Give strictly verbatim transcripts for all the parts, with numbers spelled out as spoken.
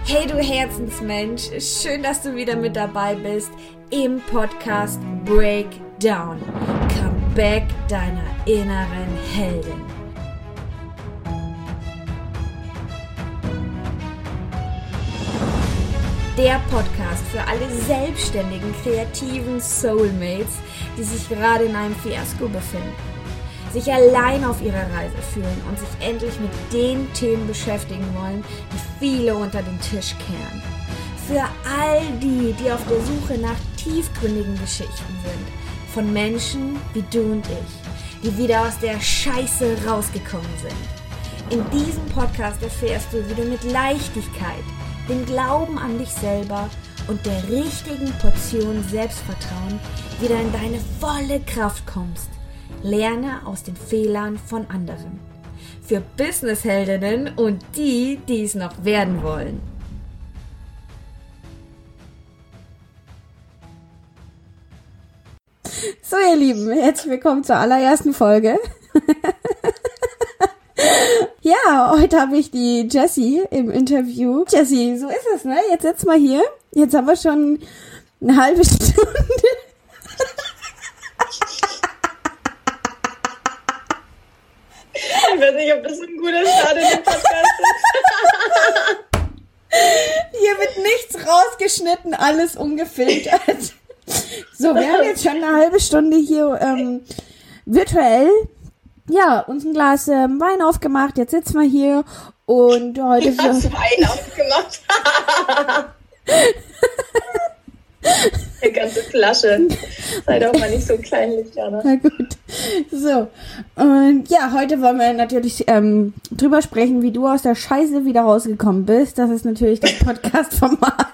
Hey du Herzensmensch, schön, dass du wieder mit dabei bist im Podcast Breakdown. Comeback deiner inneren Heldin. Der Podcast für alle selbstständigen, kreativen Soulmates, die sich gerade in einem Fiasko befinden, sich allein auf ihrer Reise fühlen und sich endlich mit den Themen beschäftigen wollen, die viele unter den Tisch kehren. Für all die, die auf der Suche nach tiefgründigen Geschichten sind, von Menschen wie du und ich, die wieder aus der Scheiße rausgekommen sind. In diesem Podcast erfährst du, wie du mit Leichtigkeit, dem Glauben an dich selber und der richtigen Portion Selbstvertrauen wieder in deine volle Kraft kommst. Lerne aus den Fehlern von anderen. Für Businessheldinnen und die, die es noch werden wollen. So ihr Lieben, herzlich willkommen zur allerersten Folge. Ja, heute habe ich die Jessie im Interview. Jessie, so ist es, ne? Jetzt sitz mal hier. Jetzt haben wir schon eine halbe Stunde. Ich weiß nicht, ob das ein guter Start in den Podcast ist. Hier wird nichts rausgeschnitten, alles ungefiltert. So, wir haben jetzt schon eine halbe Stunde hier ähm, virtuell, ja, uns ein Glas ähm, Wein aufgemacht. Jetzt sitzen wir hier und heute... Du hast Wein aufgemacht. Eine ganze Flasche. Sei doch mal nicht so kleinlich, Jana. Na gut. So. Und ja, heute wollen wir natürlich ähm, drüber sprechen, wie du aus der Scheiße wieder rausgekommen bist. Das ist natürlich das Podcast-Format.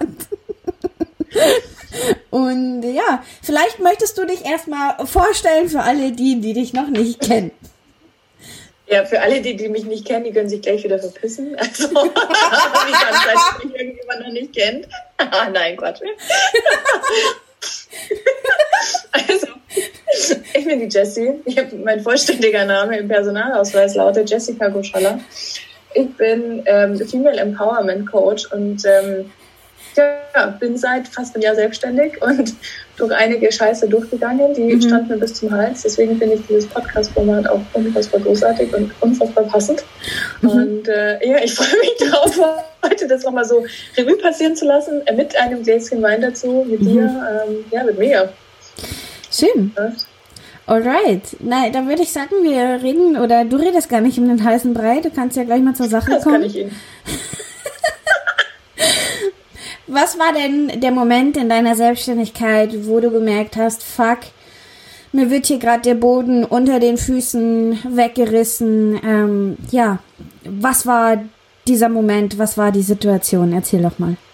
Und ja, vielleicht möchtest du dich erstmal vorstellen für alle die, die dich noch nicht kennen. Ja, für alle die, die mich nicht kennen, die können sich gleich wieder verpissen. Also, wie kann es sein, dass mich irgendjemand noch nicht kennt? Nein, Quatsch. Also, ich bin die Jessie. Ich habe mein vollständiger Name im Personalausweis lautet Jessica Goschalla. Ich bin ähm, Female Empowerment Coach und ähm, ja, bin seit fast einem Jahr selbstständig und durch einige Scheiße durchgegangen. Die mhm. stand mir bis zum Hals. Deswegen finde ich dieses Podcast-Format auch unfassbar großartig und unfassbar passend. Mhm. Und äh, ja, ich freue mich darauf, heute das nochmal so Revue passieren zu lassen, äh, mit einem Gläschen Wein dazu, mit mhm. dir. Ähm, ja, mit mir. Schön. Ja. Alright. Na, dann würde ich sagen, wir reden, oder du redest gar nicht um den heißen Brei. Du kannst ja gleich mal zur Sache das kommen. Das kann ich Ihnen. Was war denn der Moment in deiner Selbstständigkeit, wo du gemerkt hast, fuck, mir wird hier gerade der Boden unter den Füßen weggerissen. Ähm, ja, was war dieser Moment, was war die Situation? Erzähl doch mal.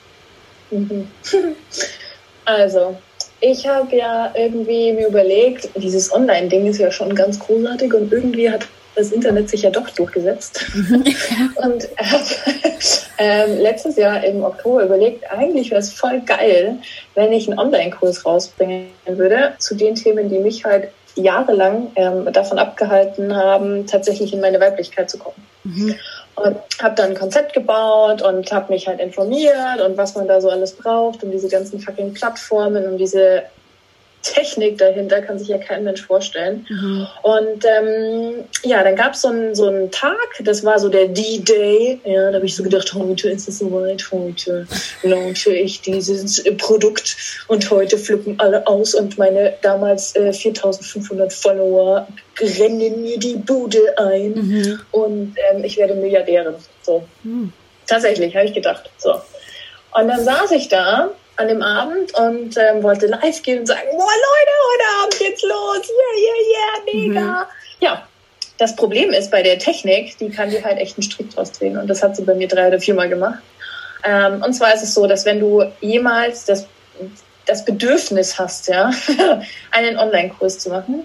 Also, ich habe ja irgendwie mir überlegt, dieses Online-Ding ist ja schon ganz großartig und irgendwie hat das Internet sich ja doch durchgesetzt. Und habe ähm, letztes Jahr im Oktober überlegt, eigentlich wäre es voll geil, wenn ich einen Online-Kurs rausbringen würde zu den Themen, die mich halt jahrelang ähm, davon abgehalten haben, tatsächlich in meine Weiblichkeit zu kommen. Mhm. Und habe dann ein Konzept gebaut und habe mich halt informiert und was man da so alles braucht und diese ganzen fucking Plattformen und diese Technik dahinter kann sich ja kein Mensch vorstellen. Mhm. Und ähm, ja, dann gab so es so einen Tag, das war so der D-Day. Ja, da habe ich so gedacht, heute ist es soweit, heute launche ich dieses Produkt und heute flippen alle aus und meine damals äh, viertausendfünfhundert Follower rennen mir die Bude ein mhm. und ähm, ich werde Milliardärin. So. Mhm. Tatsächlich, habe ich gedacht. So. Und dann saß ich da an dem Abend und ähm, wollte live gehen und sagen, boah Leute, heute Abend geht's los, yeah, yeah, yeah, mega. Mhm. Ja, das Problem ist bei der Technik, die kann dir halt echt einen Strick draus drehen und das hat sie bei mir drei oder viermal gemacht. Ähm, und zwar ist es so, dass wenn du jemals das, das Bedürfnis hast, ja, einen Online-Kurs zu machen,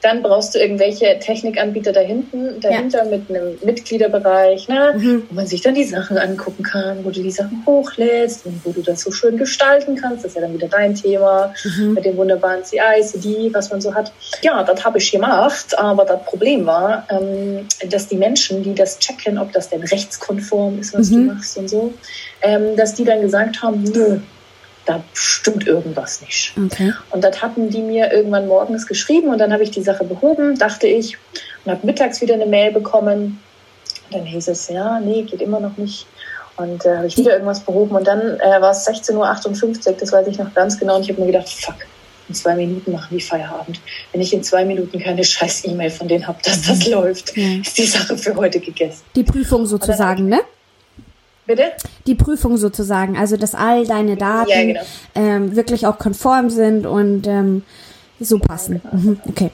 Dann brauchst du irgendwelche Technikanbieter da hinten, dahinter ja. mit einem Mitgliederbereich, ne, mhm. wo man sich dann die Sachen angucken kann, wo du die Sachen hochlädst und wo du das so schön gestalten kannst. Das ist ja dann wieder dein Thema mhm. mit dem wunderbaren C I, C D, was man so hat. Ja, das habe ich gemacht, aber das Problem war, ähm, dass die Menschen, die das checken, ob das denn rechtskonform ist, was mhm. du machst und so, ähm, dass die dann gesagt haben, nö, da stimmt irgendwas nicht. Okay. Und das hatten die mir irgendwann morgens geschrieben und dann habe ich die Sache behoben, dachte ich, und habe mittags wieder eine Mail bekommen. Und dann hieß es, ja, nee, geht immer noch nicht. Und äh, habe ich wieder irgendwas behoben und dann äh, war es sechzehn Uhr achtundfünfzig, das weiß ich noch ganz genau. Und ich habe mir gedacht, fuck, in zwei Minuten machen die Feierabend. Wenn ich in zwei Minuten keine scheiß E-Mail von denen habe, dass das läuft, ja. ist die Sache für heute gegessen. Die Prüfung sozusagen, ne? Bitte? Die Prüfung sozusagen, also dass all deine Daten ja, genau. ähm, wirklich auch konform sind und ähm, so passen. Ja, genau. mhm. Okay.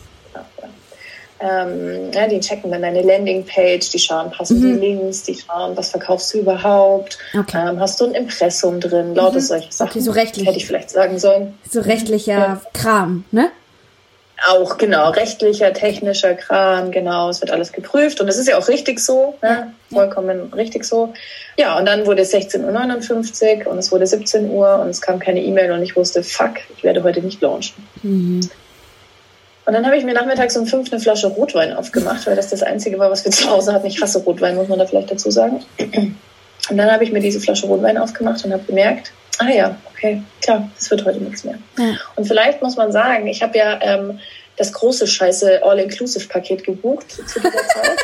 Ähm, ja, die checken dann deine Landingpage, die schauen, passen mhm. die Links, die schauen, was verkaufst du überhaupt, okay. ähm, hast du ein Impressum drin, lauter mhm. solche Sachen. Okay, so rechtlich. Hätte ich vielleicht sagen sollen. So rechtlicher ja. Kram, ne? Auch, genau, rechtlicher, technischer Kram, genau, es wird alles geprüft und es ist ja auch richtig so, ne? Ja. Vollkommen richtig so. Ja, und dann wurde es sechzehn Uhr neunundfünfzig und es wurde siebzehn Uhr und es kam keine E-Mail und ich wusste, fuck, ich werde heute nicht launchen. Mhm. Und dann habe ich mir nachmittags um fünf eine Flasche Rotwein aufgemacht, weil das das Einzige war, was wir zu Hause hatten. Ich hasse Rotwein, muss man da vielleicht dazu sagen. Und dann habe ich mir diese Flasche Rotwein aufgemacht und habe gemerkt, ah ja, okay, klar, das wird heute nichts mehr. Ja. Und vielleicht muss man sagen, ich habe ja ähm, das große scheiße All-Inclusive-Paket gebucht zu dieser Zeit.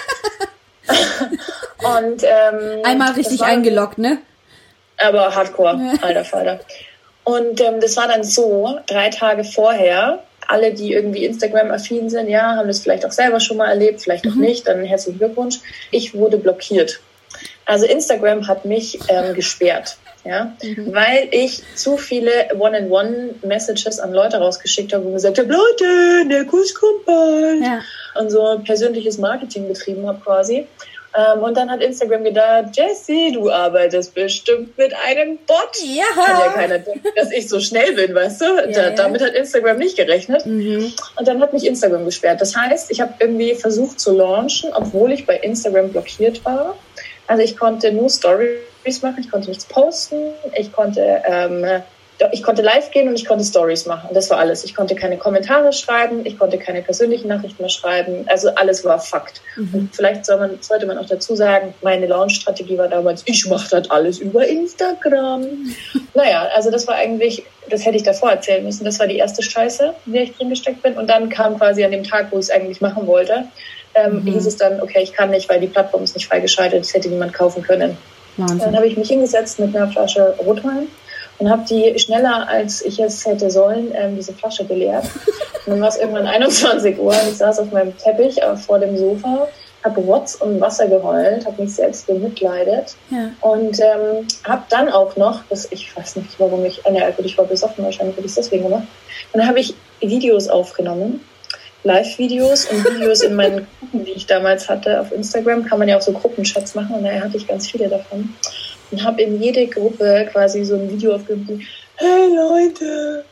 Und, ähm, einmal richtig war, eingeloggt, ne? Aber Hardcore, ja. alter Vater. Und ähm, das war dann so, drei Tage vorher, alle, die irgendwie Instagram-affin sind, ja, haben das vielleicht auch selber schon mal erlebt, vielleicht auch mhm. nicht, dann herzlichen Glückwunsch. Ich wurde blockiert. Also Instagram hat mich ähm, gesperrt. Ja, mhm. weil ich zu viele One-on-One-Messages an Leute rausgeschickt habe und gesagt habe, Leute, der Kurs kommt bald. Ja. Und so persönliches Marketing betrieben habe quasi. Ähm, und dann hat Instagram gedacht, Jessie, du arbeitest bestimmt mit einem Bot. Ja. Kann ja keiner denken, dass ich so schnell bin, weißt du? Ja, da, ja. Damit hat Instagram nicht gerechnet. Mhm. Und dann hat mich Instagram gesperrt. Das heißt, ich habe irgendwie versucht zu launchen, obwohl ich bei Instagram blockiert war. Also ich konnte nur Stories machen, ich konnte nichts posten, ich konnte, ähm, ich konnte live gehen und ich konnte Stories machen. Und das war alles. Ich konnte keine Kommentare schreiben, ich konnte keine persönlichen Nachrichten mehr schreiben. Also alles war Fakt. Mhm. Und vielleicht soll man, sollte man auch dazu sagen, meine Launch-Strategie war damals, ich mache das alles über Instagram. Naja, also das war eigentlich, das hätte ich davor erzählen müssen. Das war die erste Scheiße, in der ich drin gesteckt bin. Und dann kam quasi an dem Tag, wo ich es eigentlich machen wollte, Ähm, mhm. hieß es dann, okay, ich kann nicht, weil die Plattform ist nicht freigeschaltet, das hätte niemand kaufen können. Wahnsinn. Dann habe ich mich hingesetzt mit einer Flasche Rotwein und habe die schneller, als ich es hätte sollen, ähm, diese Flasche geleert. Und dann war es irgendwann einundzwanzig Uhr und ich saß auf meinem Teppich äh, vor dem Sofa, habe Rotz und Wasser geheult, habe mich selbst bemitleidet ja. und ähm, habe dann auch noch, das, ich weiß nicht, warum ich, äh, ne, ich war besoffen, wahrscheinlich habe ich es deswegen gemacht, und dann habe ich Videos aufgenommen, Live-Videos und Videos in meinen Gruppen, die ich damals hatte auf Instagram, kann man ja auch so Gruppenchats machen und daher hatte ich ganz viele davon und habe in jede Gruppe quasi so ein Video aufgenommen. Hey Leute,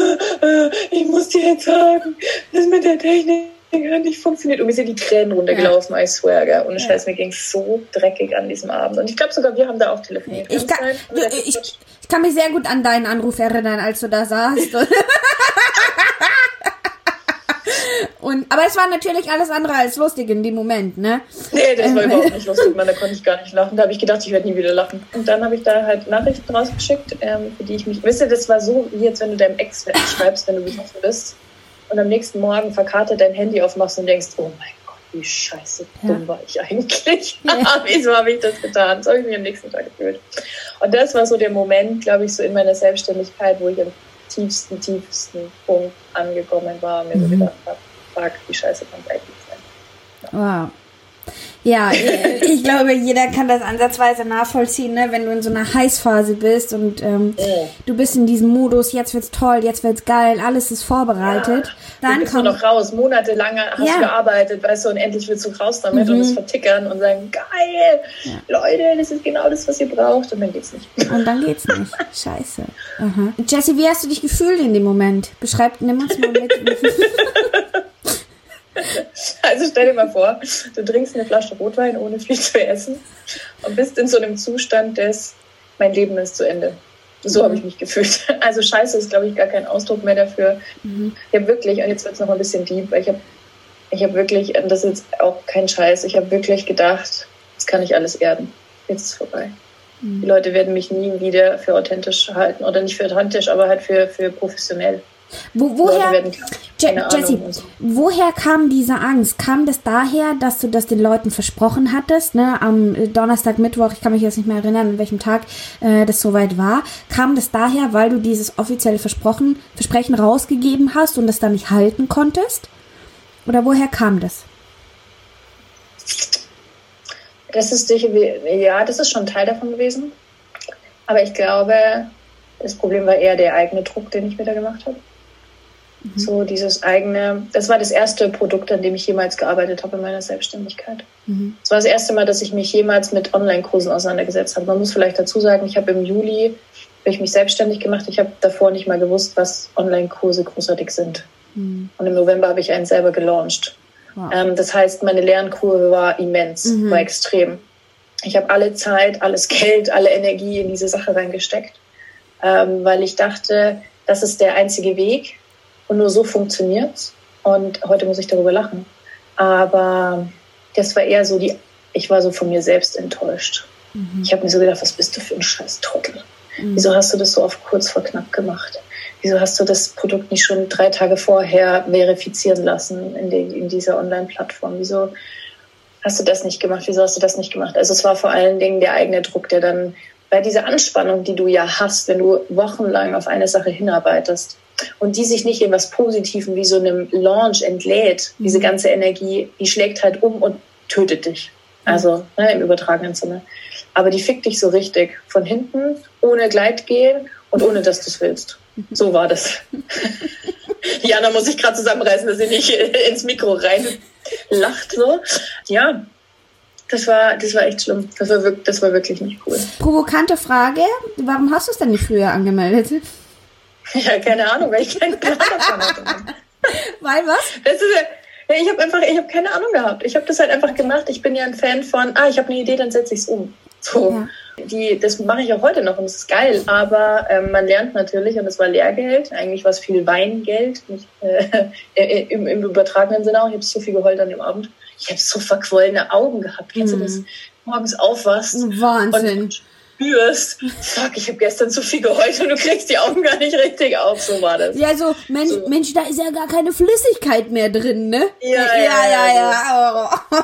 ich muss dir jetzt sagen, das mit der Technik hat nicht funktioniert. Und mir sind die Tränen runtergelaufen, ja. I swear, gell? Ohne Scheiß, mir ging es so dreckig an diesem Abend. Und ich glaube sogar, wir haben da auch telefoniert. Ich kann, du, ich, ich kann mich sehr gut an deinen Anruf erinnern, als du da saßt. Und, aber es war natürlich alles andere als lustig in dem Moment, ne? Nee, das war überhaupt nicht lustig, man, da konnte ich gar nicht lachen. Da habe ich gedacht, ich werde nie wieder lachen. Und dann habe ich da halt Nachrichten rausgeschickt, ähm, für die ich mich... Wisst ihr, das war so, wie jetzt, wenn du deinem Ex schreibst, wenn du besoffen bist und am nächsten Morgen verkartet dein Handy aufmachst und denkst, oh mein Gott, wie scheiße dumm ja. war ich eigentlich. Ja. Wieso habe ich das getan? So habe ich mich am nächsten Tag gefühlt. Und das war so der Moment, glaube ich, so in meiner Selbstständigkeit, wo ich am tiefsten, tiefsten Punkt angekommen war und mir mhm. so gedacht habe, fuck, wie scheiße kann es eigentlich sein. Ja. Wow. Ja, ich glaube, jeder kann das ansatzweise nachvollziehen, ne? Wenn du in so einer Heißphase bist und ähm, ja. du bist in diesem Modus, jetzt wird's toll, jetzt wird's geil, alles ist vorbereitet. Ja. Dann du bist kommt, noch raus, monatelang hast ja. du gearbeitet, weißt du, und endlich willst du raus damit mhm. und es vertickern und sagen, geil, ja. Leute, das ist genau das, was ihr braucht, und dann geht's nicht. Und dann geht's nicht. Scheiße. Aha. Jessie, wie hast du dich gefühlt in dem Moment? Beschreib, nimm uns mal mit. Also stell dir mal vor, du trinkst eine Flasche Rotwein, ohne viel zu essen und bist in so einem Zustand des, mein Leben ist zu Ende. So mhm. habe ich mich gefühlt. Also Scheiße ist, glaube ich, gar kein Ausdruck mehr dafür. Mhm. Ich habe wirklich, und jetzt wird es noch ein bisschen deep, weil ich habe ich hab wirklich, und das ist jetzt auch kein Scheiß, ich habe wirklich gedacht, das kann ich alles erden. Jetzt ist es vorbei. Mhm. Die Leute werden mich nie wieder für authentisch halten. Oder nicht für authentisch, aber halt für, für professionell. Wo, woher, werden, Je- Jessie, so. woher kam diese Angst? Kam das daher, dass du das den Leuten versprochen hattest, ne? Am Donnerstag, Mittwoch, ich kann mich jetzt nicht mehr erinnern, an welchem Tag äh, das soweit war. Kam das daher, weil du dieses offizielle Versprochen, Versprechen rausgegeben hast und das dann nicht halten konntest? Oder woher kam das? Das ist sicher, ja, das ist schon Teil davon gewesen. Aber ich glaube, das Problem war eher der eigene Druck, den ich mir da gemacht habe. Mhm. So dieses eigene, das war das erste Produkt, an dem ich jemals gearbeitet habe in meiner Selbstständigkeit. Mhm. Das war das erste Mal, dass ich mich jemals mit Online-Kursen auseinandergesetzt habe. Man muss vielleicht dazu sagen, ich habe im Juli, habe ich mich selbstständig gemacht. Ich habe davor nicht mal gewusst, was Online-Kurse großartig sind. Mhm. Und im November habe ich einen selber gelauncht. Wow. Ähm, das heißt, meine Lernkurve war immens, mhm. war extrem. Ich habe alle Zeit, alles Geld, alle Energie in diese Sache reingesteckt, ähm, weil ich dachte, das ist der einzige Weg. Und nur so funktioniert's. Und heute muss ich darüber lachen. Aber das war eher so die, ich war so von mir selbst enttäuscht. Mhm. Ich habe mir so gedacht, was bist du für ein scheiß Trottel? Mhm. Wieso hast du das so auf kurz vor knapp gemacht? Wieso hast du das Produkt nicht schon drei Tage vorher verifizieren lassen in, die, in dieser Online-Plattform? Wieso hast du das nicht gemacht? Wieso hast du das nicht gemacht? Also es war vor allen Dingen der eigene Druck, der dann bei dieser Anspannung, die du ja hast, wenn du wochenlang auf eine Sache hinarbeitest, und die sich nicht in was Positivem wie so einem Launch entlädt, mhm. diese ganze Energie, die schlägt halt um und tötet dich. Also ne, im übertragenen Sinne. Aber die fickt dich so richtig von hinten, ohne Gleitgel und ohne, dass du es willst. So war das. Jana muss sich gerade zusammenreißen, dass sie nicht ins Mikro reinlacht. So. Ja, das war, das war echt schlimm. Das war, wirklich, das war wirklich nicht cool. Provokante Frage, warum hast du es denn nicht früher angemeldet? Ja, keine Ahnung, weil ich keinen Plan davon hatte. Weil was? Das ist ja, ich habe einfach, ich habe keine Ahnung gehabt. Ich habe das halt einfach gemacht. Ich bin ja ein Fan von, ah, ich habe eine Idee, dann setze ich es um. So, ja. die, das mache ich auch heute noch und das ist geil. Aber ähm, man lernt natürlich, und das war Lehrgeld, eigentlich war es viel Weingeld, nicht, äh, im, im übertragenen Sinne auch. Ich habe so viel geheult an dem Abend. Ich habe so verquollene Augen gehabt. Kennst mhm. du das? Morgens aufwachst. Wahnsinn. Und spürst, fuck, ich habe gestern zu viel geheult und du kriegst die Augen gar nicht richtig auf, so war das. Ja, so, Mensch, so. Mensch, da ist ja gar keine Flüssigkeit mehr drin, ne? Ja, ja, ja, ja. Ja, ja,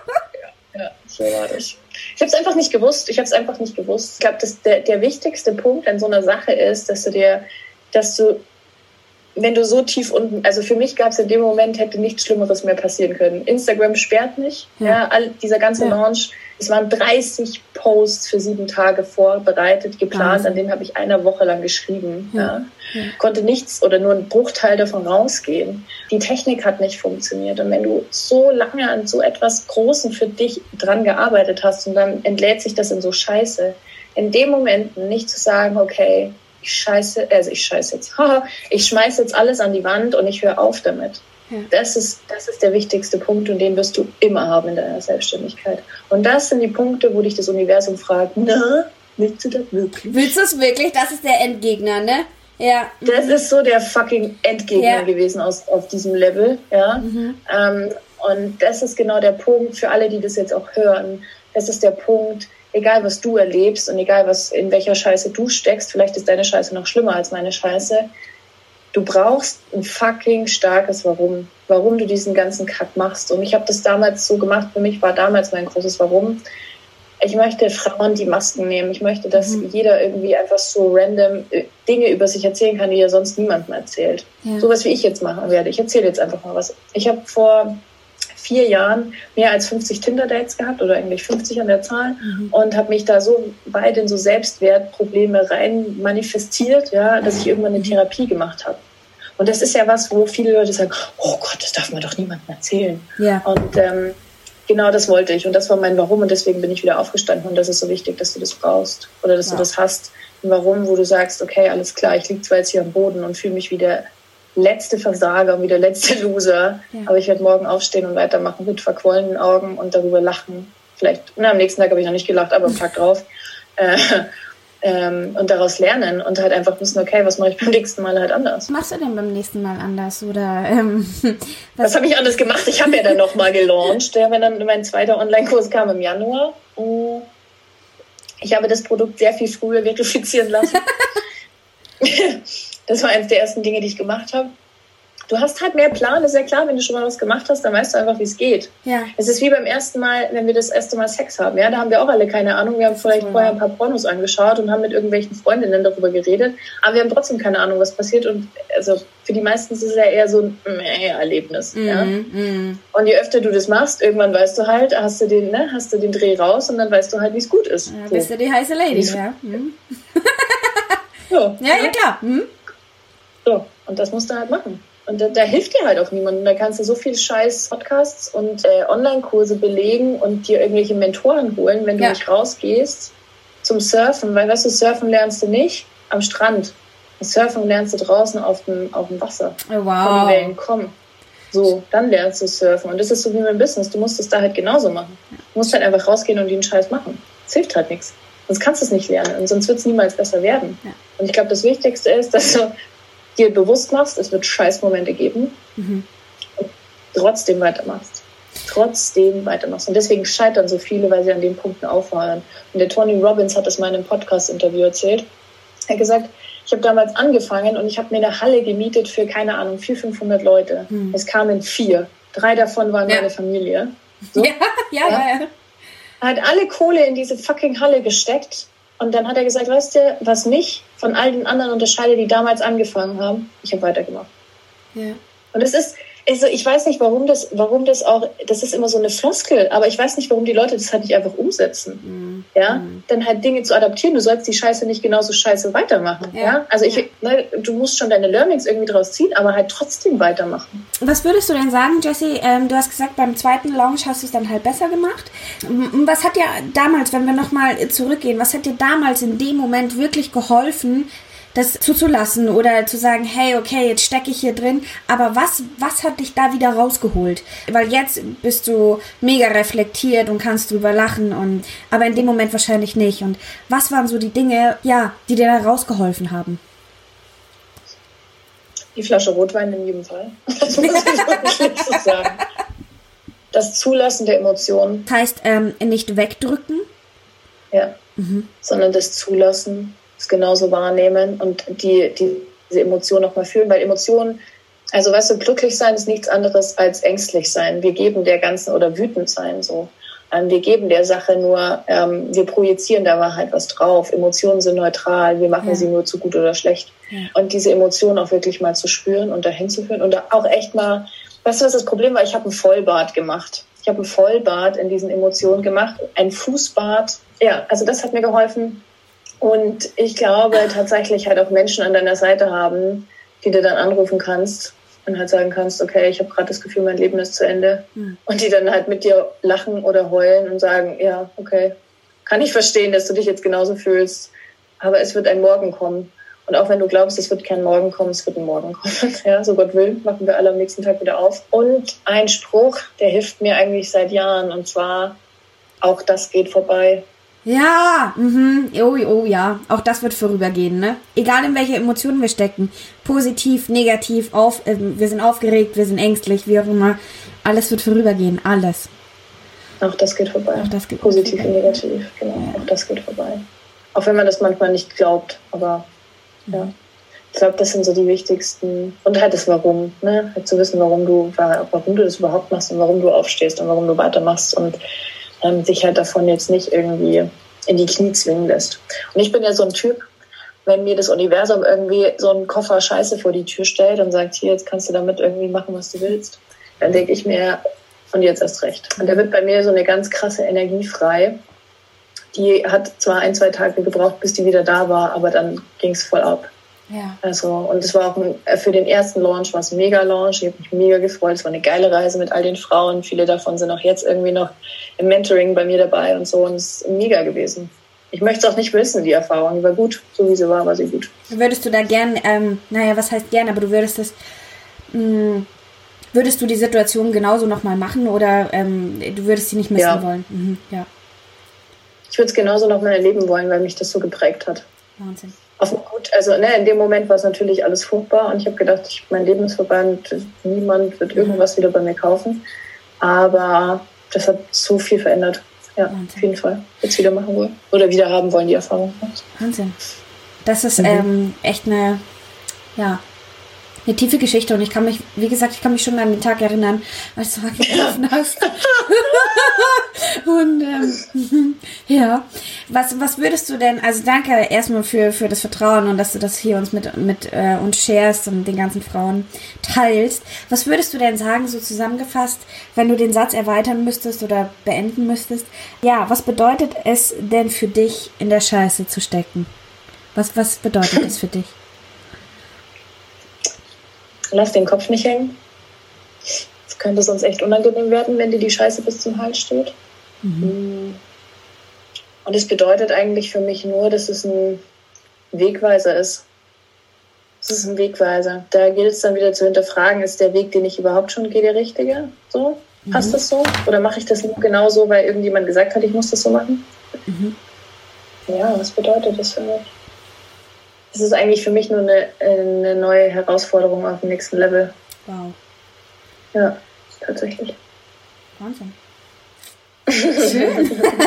ja so war das. Ich habe es einfach nicht gewusst, ich habe es einfach nicht gewusst. Ich glaube, der, der wichtigste Punkt an so einer Sache ist, dass du dir, dass du, wenn du so tief unten, also für mich gab es in dem Moment, hätte nichts Schlimmeres mehr passieren können. Instagram sperrt nicht, ja, ja all, dieser ganze ja. Launch, es waren dreißig Posts für sieben Tage vorbereitet, geplant, an denen habe ich eine Woche lang geschrieben. Ja. Ja. Ja. Konnte nichts oder nur ein Bruchteil davon rausgehen. Die Technik hat nicht funktioniert. Und wenn du so lange an so etwas Großem für dich dran gearbeitet hast und dann entlädt sich das in so Scheiße, in dem Moment nicht zu sagen, okay, ich scheiße, also ich scheiße jetzt, haha, ich schmeiße jetzt alles an die Wand und ich höre auf damit. Ja. Das ist, das ist der wichtigste Punkt und den wirst du immer haben in deiner Selbstständigkeit. Und das sind die Punkte, wo dich das Universum fragt, na, willst du das wirklich? Willst du es wirklich? Das ist der Endgegner, ne? Ja. Das ist so der fucking Endgegner ja. gewesen aus, auf diesem Level, ja. Mhm. Ähm, und das ist genau der Punkt für alle, die das jetzt auch hören. Das ist der Punkt, egal was du erlebst und egal was in welcher Scheiße du steckst, vielleicht ist deine Scheiße noch schlimmer als meine Scheiße. Du brauchst ein fucking starkes Warum. Warum du diesen ganzen Kack machst. Und ich habe das damals so gemacht, für mich war damals mein großes Warum. Ich möchte Frauen die Masken nehmen. Ich möchte, dass mhm. jeder irgendwie einfach so random Dinge über sich erzählen kann, die er sonst niemandem erzählt. Ja. Sowas wie ich jetzt machen werde. Ich erzähle jetzt einfach mal was. Ich habe vor vier Jahren mehr als fünfzig Tinder-Dates gehabt oder eigentlich fünfzig an der Zahl mhm. und habe mich da so weit in so Selbstwertprobleme rein manifestiert, ja, dass ich irgendwann eine Therapie gemacht habe. Und das ist ja was, wo viele Leute sagen, oh Gott, das darf man doch niemandem erzählen. Ja. Und ähm, genau das wollte ich und das war mein Warum und deswegen bin ich wieder aufgestanden und das ist so wichtig, dass du das brauchst oder dass ja. du das hast. Ein Warum, wo du sagst, okay, alles klar, ich liege zwar jetzt hier am Boden und fühle mich wie der letzte Versager und wie der letzte Loser. Ja. Aber ich werde morgen aufstehen und weitermachen mit verquollenen Augen und darüber lachen. Vielleicht, na, am nächsten Tag habe ich noch nicht gelacht, aber am Tag drauf. Äh, ähm, und daraus lernen und halt einfach wissen, okay, was mache ich beim nächsten Mal halt anders. Was machst du denn beim nächsten Mal anders? Oder ähm, was, was habe ich anders gemacht? Ich habe ja dann nochmal gelauncht. Ja, wenn dann mein zweiter Online-Kurs kam im Januar. Ich habe das Produkt sehr viel früher verifizieren lassen. Das war eines der ersten Dinge, die ich gemacht habe. Du hast halt mehr Plan, ist ja klar, wenn du schon mal was gemacht hast, dann weißt du einfach, wie es geht. Ja. Es ist wie beim ersten Mal, wenn wir das erste Mal Sex haben. Ja, da haben wir auch alle keine Ahnung. Wir haben vielleicht ja. vorher ein paar Pornos angeschaut und haben mit irgendwelchen Freundinnen darüber geredet. Aber wir haben trotzdem keine Ahnung, was passiert. Und also für die meisten ist es ja eher so ein Erlebnis. Mm, ja? mm. Und je öfter du das machst, irgendwann weißt du halt, hast du den, ne, hast du den Dreh raus und dann weißt du halt, wie es gut ist. Ja, so. Bist du die heiße Lady, ja. Mhm. So, ja, ja, ja, klar. Mhm. So, und das musst du halt machen. Und da, da hilft dir halt auch niemand. Da kannst du so viel Scheiß Podcasts und äh, Online-Kurse belegen und dir irgendwelche Mentoren holen, wenn du ja. nicht rausgehst zum Surfen. Weil, weißt du, Surfen lernst du nicht am Strand. Surfen lernst du draußen auf dem, auf dem Wasser. Oh, wow. Wenn die Wellen kommen. So, dann lernst du Surfen. Und das ist so wie mit dem Business. Du musst es da halt genauso machen. Du musst halt einfach rausgehen und den Scheiß machen. Das hilft halt nichts. Sonst kannst du es nicht lernen. Und sonst wird es niemals besser werden. Ja. Und ich glaube, das Wichtigste ist, dass du dir bewusst machst, es wird Scheißmomente geben mhm. und trotzdem weitermachst. Trotzdem weitermachst. Und deswegen scheitern so viele, weil sie an den Punkten aufhören. Und der Tony Robbins hat das mal in einem Podcast-Interview erzählt. Er hat gesagt, ich habe damals angefangen und ich habe mir eine Halle gemietet für, keine Ahnung, vierhundert, fünfhundert Leute. Mhm. Es kamen vier. Drei davon waren ja. meine Familie. So. Ja, ja, ja. ja. Er hat alle Kohle in diese fucking Halle gesteckt. Und dann hat er gesagt, weißt du, was mich von all den anderen unterscheidet, die damals angefangen haben? Ich habe weitergemacht. Ja. Und es ist, also ich weiß nicht, warum das, warum das auch, das ist immer so eine Floskel, aber ich weiß nicht, warum die Leute das halt nicht einfach umsetzen. Mhm. Ja, mhm. Dann halt Dinge zu adaptieren. Du sollst die Scheiße nicht genauso scheiße weitermachen. Ja, ja? Also ich, ja. Ne, du musst schon deine Learnings irgendwie draus ziehen, aber halt trotzdem weitermachen. Was würdest du denn sagen, Jessie? Ähm, du hast gesagt, beim zweiten Launch hast du es dann halt besser gemacht. Was hat dir damals, wenn wir nochmal zurückgehen, was hat dir damals in dem Moment wirklich geholfen, das zuzulassen oder zu sagen, hey, okay, jetzt stecke ich hier drin, aber was, was hat dich da wieder rausgeholt? Weil jetzt bist du mega reflektiert und kannst drüber lachen, und aber in dem Moment wahrscheinlich nicht. Und was waren so die Dinge, ja, die dir da rausgeholfen haben? Die Flasche Rotwein in jedem Fall. Das muss ich wirklich so sagen. Das Zulassen der Emotionen. Das heißt, ähm, nicht wegdrücken? Ja, mhm. sondern das Zulassen, es genauso wahrnehmen und die, die, diese Emotion nochmal fühlen, weil Emotionen, also weißt du, glücklich sein ist nichts anderes als ängstlich sein. Wir geben der ganzen, oder wütend sein, so. Ähm, wir geben der Sache nur, ähm, wir projizieren da mal halt was drauf. Emotionen sind neutral, wir machen ja. sie nur zu gut oder schlecht. Ja. Und diese Emotionen auch wirklich mal zu spüren und dahin zu führen und auch echt mal, weißt du, was das Problem war? Ich habe ein Vollbad gemacht. Ich habe ein Vollbad in diesen Emotionen gemacht, ein Fußbad. Ja, also das hat mir geholfen. Und ich glaube tatsächlich halt auch Menschen an deiner Seite haben, die du dann anrufen kannst und halt sagen kannst, okay, ich habe gerade das Gefühl, mein Leben ist zu Ende. Mhm. Und die dann halt mit dir lachen oder heulen und sagen, ja, okay, kann ich verstehen, dass du dich jetzt genauso fühlst, aber es wird ein Morgen kommen. Und auch wenn du glaubst, es wird kein Morgen kommen, es wird ein Morgen kommen. Ja, so Gott will, machen wir alle am nächsten Tag wieder auf. Und ein Spruch, der hilft mir eigentlich seit Jahren, und zwar, auch das geht vorbei. Ja, mhm. oh, oh ja, auch das wird vorübergehen, ne? Egal in welche Emotionen wir stecken, positiv, negativ, auf, äh, wir sind aufgeregt, wir sind ängstlich, wie auch immer, alles wird vorübergehen, alles. Auch das geht vorbei. Auch das geht positiv vorbei. Und negativ, genau, ja. Auch das geht vorbei. Auch wenn man das manchmal nicht glaubt, aber mhm. ja. Ich glaube, das sind so die wichtigsten, und halt das Warum, ne? Halt zu wissen, warum du, warum du das überhaupt machst und warum du aufstehst und warum du weitermachst und ähm, sich halt davon jetzt nicht irgendwie in die Knie zwingen lässt. Und ich bin ja so ein Typ, wenn mir das Universum irgendwie so einen Koffer Scheiße vor die Tür stellt und sagt, hier, jetzt kannst du damit irgendwie machen, was du willst, dann denke ich mir, und jetzt erst recht. Und da wird bei mir so eine ganz krasse Energie frei. Die hat zwar ein, zwei Tage gebraucht, bis die wieder da war, aber dann ging es voll ab. Ja. Also, und es war auch ein, für den ersten Launch war es ein Mega-Launch. Ich habe mich mega gefreut. Es war eine geile Reise mit all den Frauen. Viele davon sind auch jetzt irgendwie noch im Mentoring bei mir dabei und so. Und es ist mega gewesen. Ich möchte es auch nicht missen, die Erfahrung. Die war gut. So wie sie war, war sie gut. Würdest du da gern, ähm, naja, was heißt gern, aber du würdest es mh, würdest du die Situation genauso nochmal machen oder ähm, du würdest sie nicht missen ja. wollen? Mhm, ja. Ich würde es genauso nochmal erleben wollen, weil mich das so geprägt hat. Wahnsinn. Auf gut, also ne, in dem Moment war es natürlich alles furchtbar und ich habe gedacht, ich, mein Leben ist vorbei und niemand wird irgendwas wieder bei mir kaufen. Aber das hat so viel verändert. Ja, Wahnsinn. Auf jeden Fall. Jetzt wieder machen wollen. Oder wieder haben wollen, die Erfahrung. Wahnsinn. Das ist mhm. ähm, echt eine, ja, eine tiefe Geschichte und ich kann mich, wie gesagt, ich kann mich schon an den Tag erinnern, als du angerufen hast. Und ähm, ja, was was würdest du denn, also danke erstmal für für das Vertrauen und dass du das hier uns mit mit äh, uns sharest und den ganzen Frauen teilst. Was würdest du denn sagen, so zusammengefasst, wenn du den Satz erweitern müsstest oder beenden müsstest? Ja, was bedeutet es denn für dich, in der Scheiße zu stecken? Was was bedeutet es für dich? Lass den Kopf nicht hängen. Es könnte sonst echt unangenehm werden, wenn dir die Scheiße bis zum Hals steht. Mhm. Und es bedeutet eigentlich für mich nur, dass es ein Wegweiser ist. Es ist ein Wegweiser. Da gilt es dann wieder zu hinterfragen, ist der Weg, den ich überhaupt schon gehe, der richtige? So? Mhm. Passt das so? Oder mache ich das nur genau so, weil irgendjemand gesagt hat, ich muss das so machen? Mhm. Ja, was bedeutet das für mich? Es ist eigentlich für mich nur eine, eine neue Herausforderung auf dem nächsten Level. Wow. Ja, tatsächlich. Wahnsinn. Schön.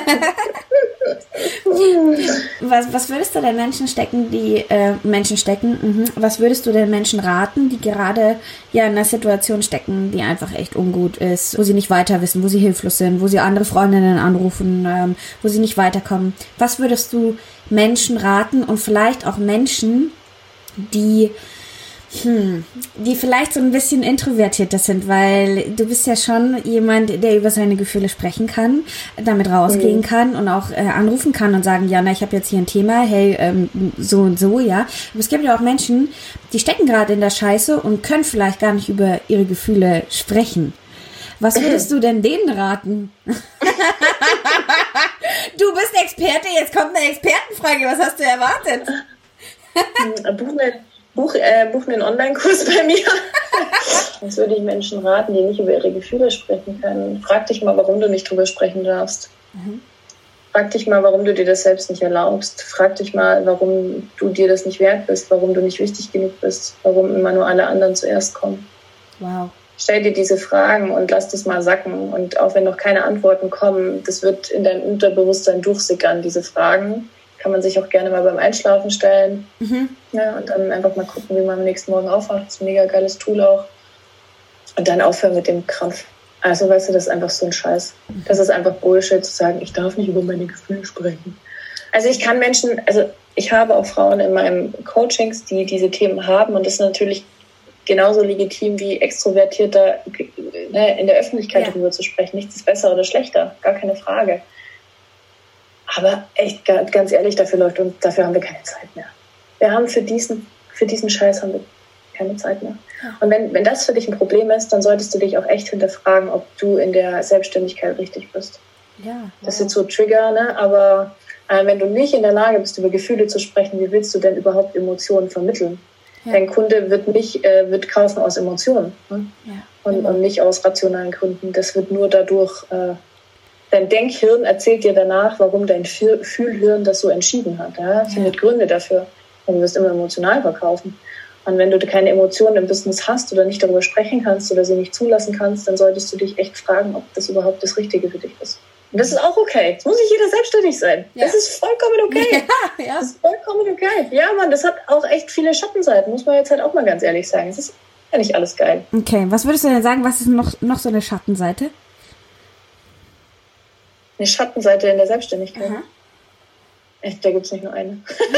was, was würdest du den Menschen stecken, die äh, Menschen stecken? Mhm. Was würdest du den Menschen raten, die gerade ja in einer Situation stecken, die einfach echt ungut ist, wo sie nicht weiter wissen, wo sie hilflos sind, wo sie andere Freundinnen anrufen, ähm, wo sie nicht weiterkommen? Was würdest du Menschen raten und vielleicht auch Menschen, die Hm, die vielleicht so ein bisschen introvertierter sind, weil du bist ja schon jemand, der über seine Gefühle sprechen kann, damit rausgehen mhm. kann und auch äh, anrufen kann und sagen, ja, na, ich habe jetzt hier ein Thema, hey, ähm, so und so, ja. Aber es gibt ja auch Menschen, die stecken gerade in der Scheiße und können vielleicht gar nicht über ihre Gefühle sprechen. Was würdest du denn denen raten? Du bist Experte, jetzt kommt eine Expertenfrage, was hast du erwartet? Buch mir Buch, äh, buch mir einen Online-Kurs bei mir. Das würde ich Menschen raten, die nicht über ihre Gefühle sprechen können. Frag dich mal, warum du nicht drüber sprechen darfst. Mhm. Frag dich mal, warum du dir das selbst nicht erlaubst. Frag dich mal, warum du dir das nicht wert bist, warum du nicht wichtig genug bist, warum immer nur alle anderen zuerst kommen. Wow. Stell dir diese Fragen und lass das mal sacken. Und auch wenn noch keine Antworten kommen, das wird in dein Unterbewusstsein durchsickern, diese Fragen. Kann man sich auch gerne mal beim Einschlafen stellen. Mhm. Ja, und dann einfach mal gucken, wie man am nächsten Morgen aufwacht. Das ist ein mega geiles Tool auch. Und dann aufhören mit dem Krampf. Also, weißt du, das ist einfach so ein Scheiß. Das ist einfach Bullshit, zu sagen, ich darf nicht über meine Gefühle sprechen. Also ich kann Menschen, also ich habe auch Frauen in meinem Coachings, die diese Themen haben. Und das ist natürlich genauso legitim wie extrovertierter, ne, in der Öffentlichkeit ja. darüber zu sprechen. Nichts ist besser oder schlechter, gar keine Frage. Aber echt, ganz ehrlich, dafür läuft und dafür haben wir keine Zeit mehr. Wir haben für diesen, für diesen Scheiß haben wir keine Zeit mehr. Und wenn, wenn das für dich ein Problem ist, dann solltest du dich auch echt hinterfragen, ob du in der Selbstständigkeit richtig bist. Ja, wow. Das ist jetzt so Trigger, ne? Aber äh, wenn du nicht in der Lage bist, über Gefühle zu sprechen, wie willst du denn überhaupt Emotionen vermitteln? Ja. Dein Kunde wird nicht, äh, wird kaufen aus Emotionen, ne? Ja, und, und nicht aus rationalen Gründen. Das wird nur dadurch... Äh, Dein Denkhirn erzählt dir danach, warum dein Fühlhirn das so entschieden hat. Ja? Es findet Gründe dafür. Und du wirst immer emotional verkaufen. Und wenn du keine Emotionen im Business hast oder nicht darüber sprechen kannst oder sie nicht zulassen kannst, dann solltest du dich echt fragen, ob das überhaupt das Richtige für dich ist. Und das ist auch okay. Es muss nicht jeder selbstständig sein. Ja. Das ist vollkommen okay. Ja, ja. Das ist vollkommen okay. Ja, Mann, das hat auch echt viele Schattenseiten, muss man jetzt halt auch mal ganz ehrlich sagen. Es ist ja nicht alles geil. Okay, was würdest du denn sagen, was ist noch, noch so eine Schattenseite? Eine Schattenseite in der Selbstständigkeit. Aha. Echt, da gibt es nicht nur eine.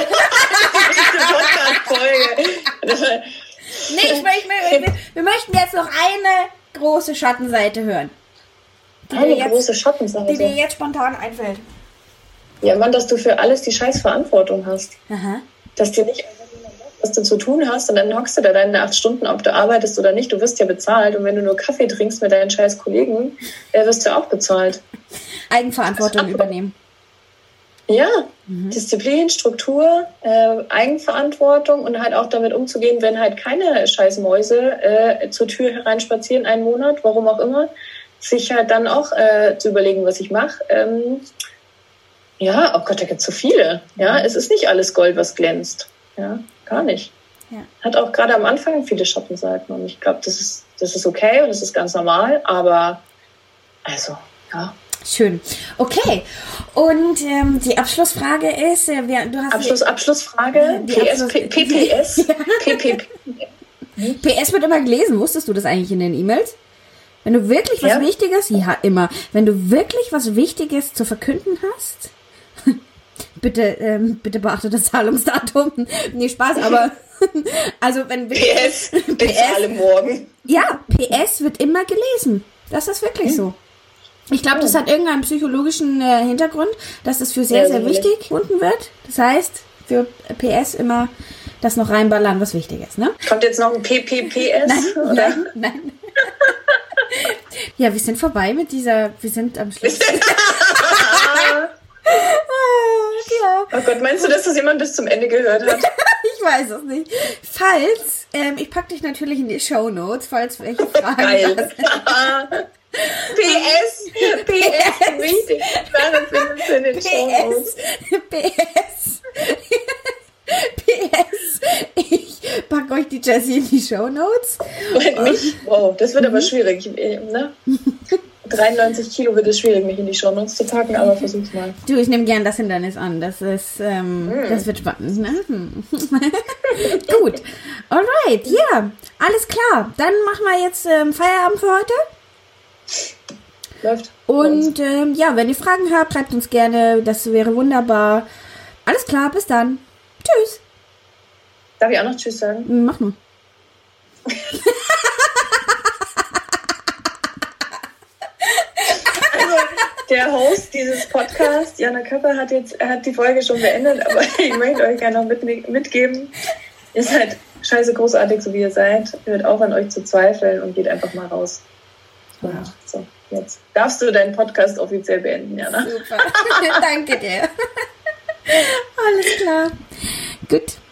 Podcast-Folge. Nee, ich, ich, wir, wir möchten jetzt noch eine große Schattenseite hören. Die eine jetzt, große Schattenseite? Die dir jetzt spontan einfällt. Ja, Mann, dass du für alles die scheiß Verantwortung hast. Aha. Dass dir nicht was du zu tun hast und dann hockst du da deine acht Stunden, ob du arbeitest oder nicht, du wirst ja bezahlt und wenn du nur Kaffee trinkst mit deinen scheiß Kollegen, äh, wirst du auch bezahlt. Eigenverantwortung übernehmen. Ja, mhm. Disziplin, Struktur, äh, Eigenverantwortung und halt auch damit umzugehen, wenn halt keine scheiß Mäuse äh, zur Tür hereinspazieren, einen Monat, warum auch immer, sich halt dann auch äh, zu überlegen, was ich mache. Ähm, ja, oh Gott, da gibt es so viele. Ja, es ist nicht alles Gold, was glänzt. Ja, gar nicht. Ja. Hat auch gerade am Anfang viele Schattenseiten und ich glaube, das ist, das ist okay und das ist ganz normal, aber also, ja. Schön. Okay. Und ähm, die Abschlussfrage ist, äh, wer, du hast Abschluss, die, Abschlussfrage, die P S, Abschluss, P P S, ja. P P P. P S wird immer gelesen. Wusstest du das eigentlich in den E-Mails? Wenn du wirklich was ja. Wichtiges, ja, immer. Wenn du wirklich was Wichtiges zu verkünden hast, bitte, ähm, bitte beachte das Zahlungsdatum. Nee, Spaß, aber also wenn P S, bezahle morgen. Ja, P S wird immer gelesen. Das ist wirklich hm. so. Ich glaube, das hat irgendeinen psychologischen äh, Hintergrund, dass das für sehr, ja, sehr wichtig gefunden wird. Das heißt, für P S immer das noch reinballern, was wichtig ist, ne? Kommt jetzt noch ein P P P S? Nein, oder? nein, nein. Ja, wir sind vorbei mit dieser, wir sind am Schluss. Ja. Oh Gott, meinst du, dass das jemand bis zum Ende gehört hat? Ich weiß es nicht. Falls, ähm, ich packe dich natürlich in die Shownotes, falls welche Fragen Geil. P S, P S, wichtig. Sache findest du in den Shownotes. P S, P S, ich packe euch die Jessie in die Shownotes. Und mich? Wow, das wird aber schwierig, ne? dreiundneunzig Kilo wird es schwierig, mich in die Shownotes zu packen, aber versuch's mal. Du, ich nehme gern das Hindernis an. Das ist, ähm, mm. das wird spannend, ne? Gut. Alright, ja. Yeah. Alles klar. Dann machen wir jetzt ähm, Feierabend für heute. Läuft. Und ähm, ja, wenn ihr Fragen habt, schreibt uns gerne. Das wäre wunderbar. Alles klar, bis dann. Tschüss. Darf ich auch noch Tschüss sagen? Mach nur. Der Host dieses Podcasts, Jana Köpper, hat jetzt hat die Folge schon beendet, aber ich möchte euch gerne noch mit, mitgeben. Ihr seid scheiße großartig, so wie ihr seid. Hört auf, an euch zu zweifeln und geht einfach mal raus. Ja. So, jetzt darfst du deinen Podcast offiziell beenden, Jana. Super. Danke dir. Alles klar. Gut.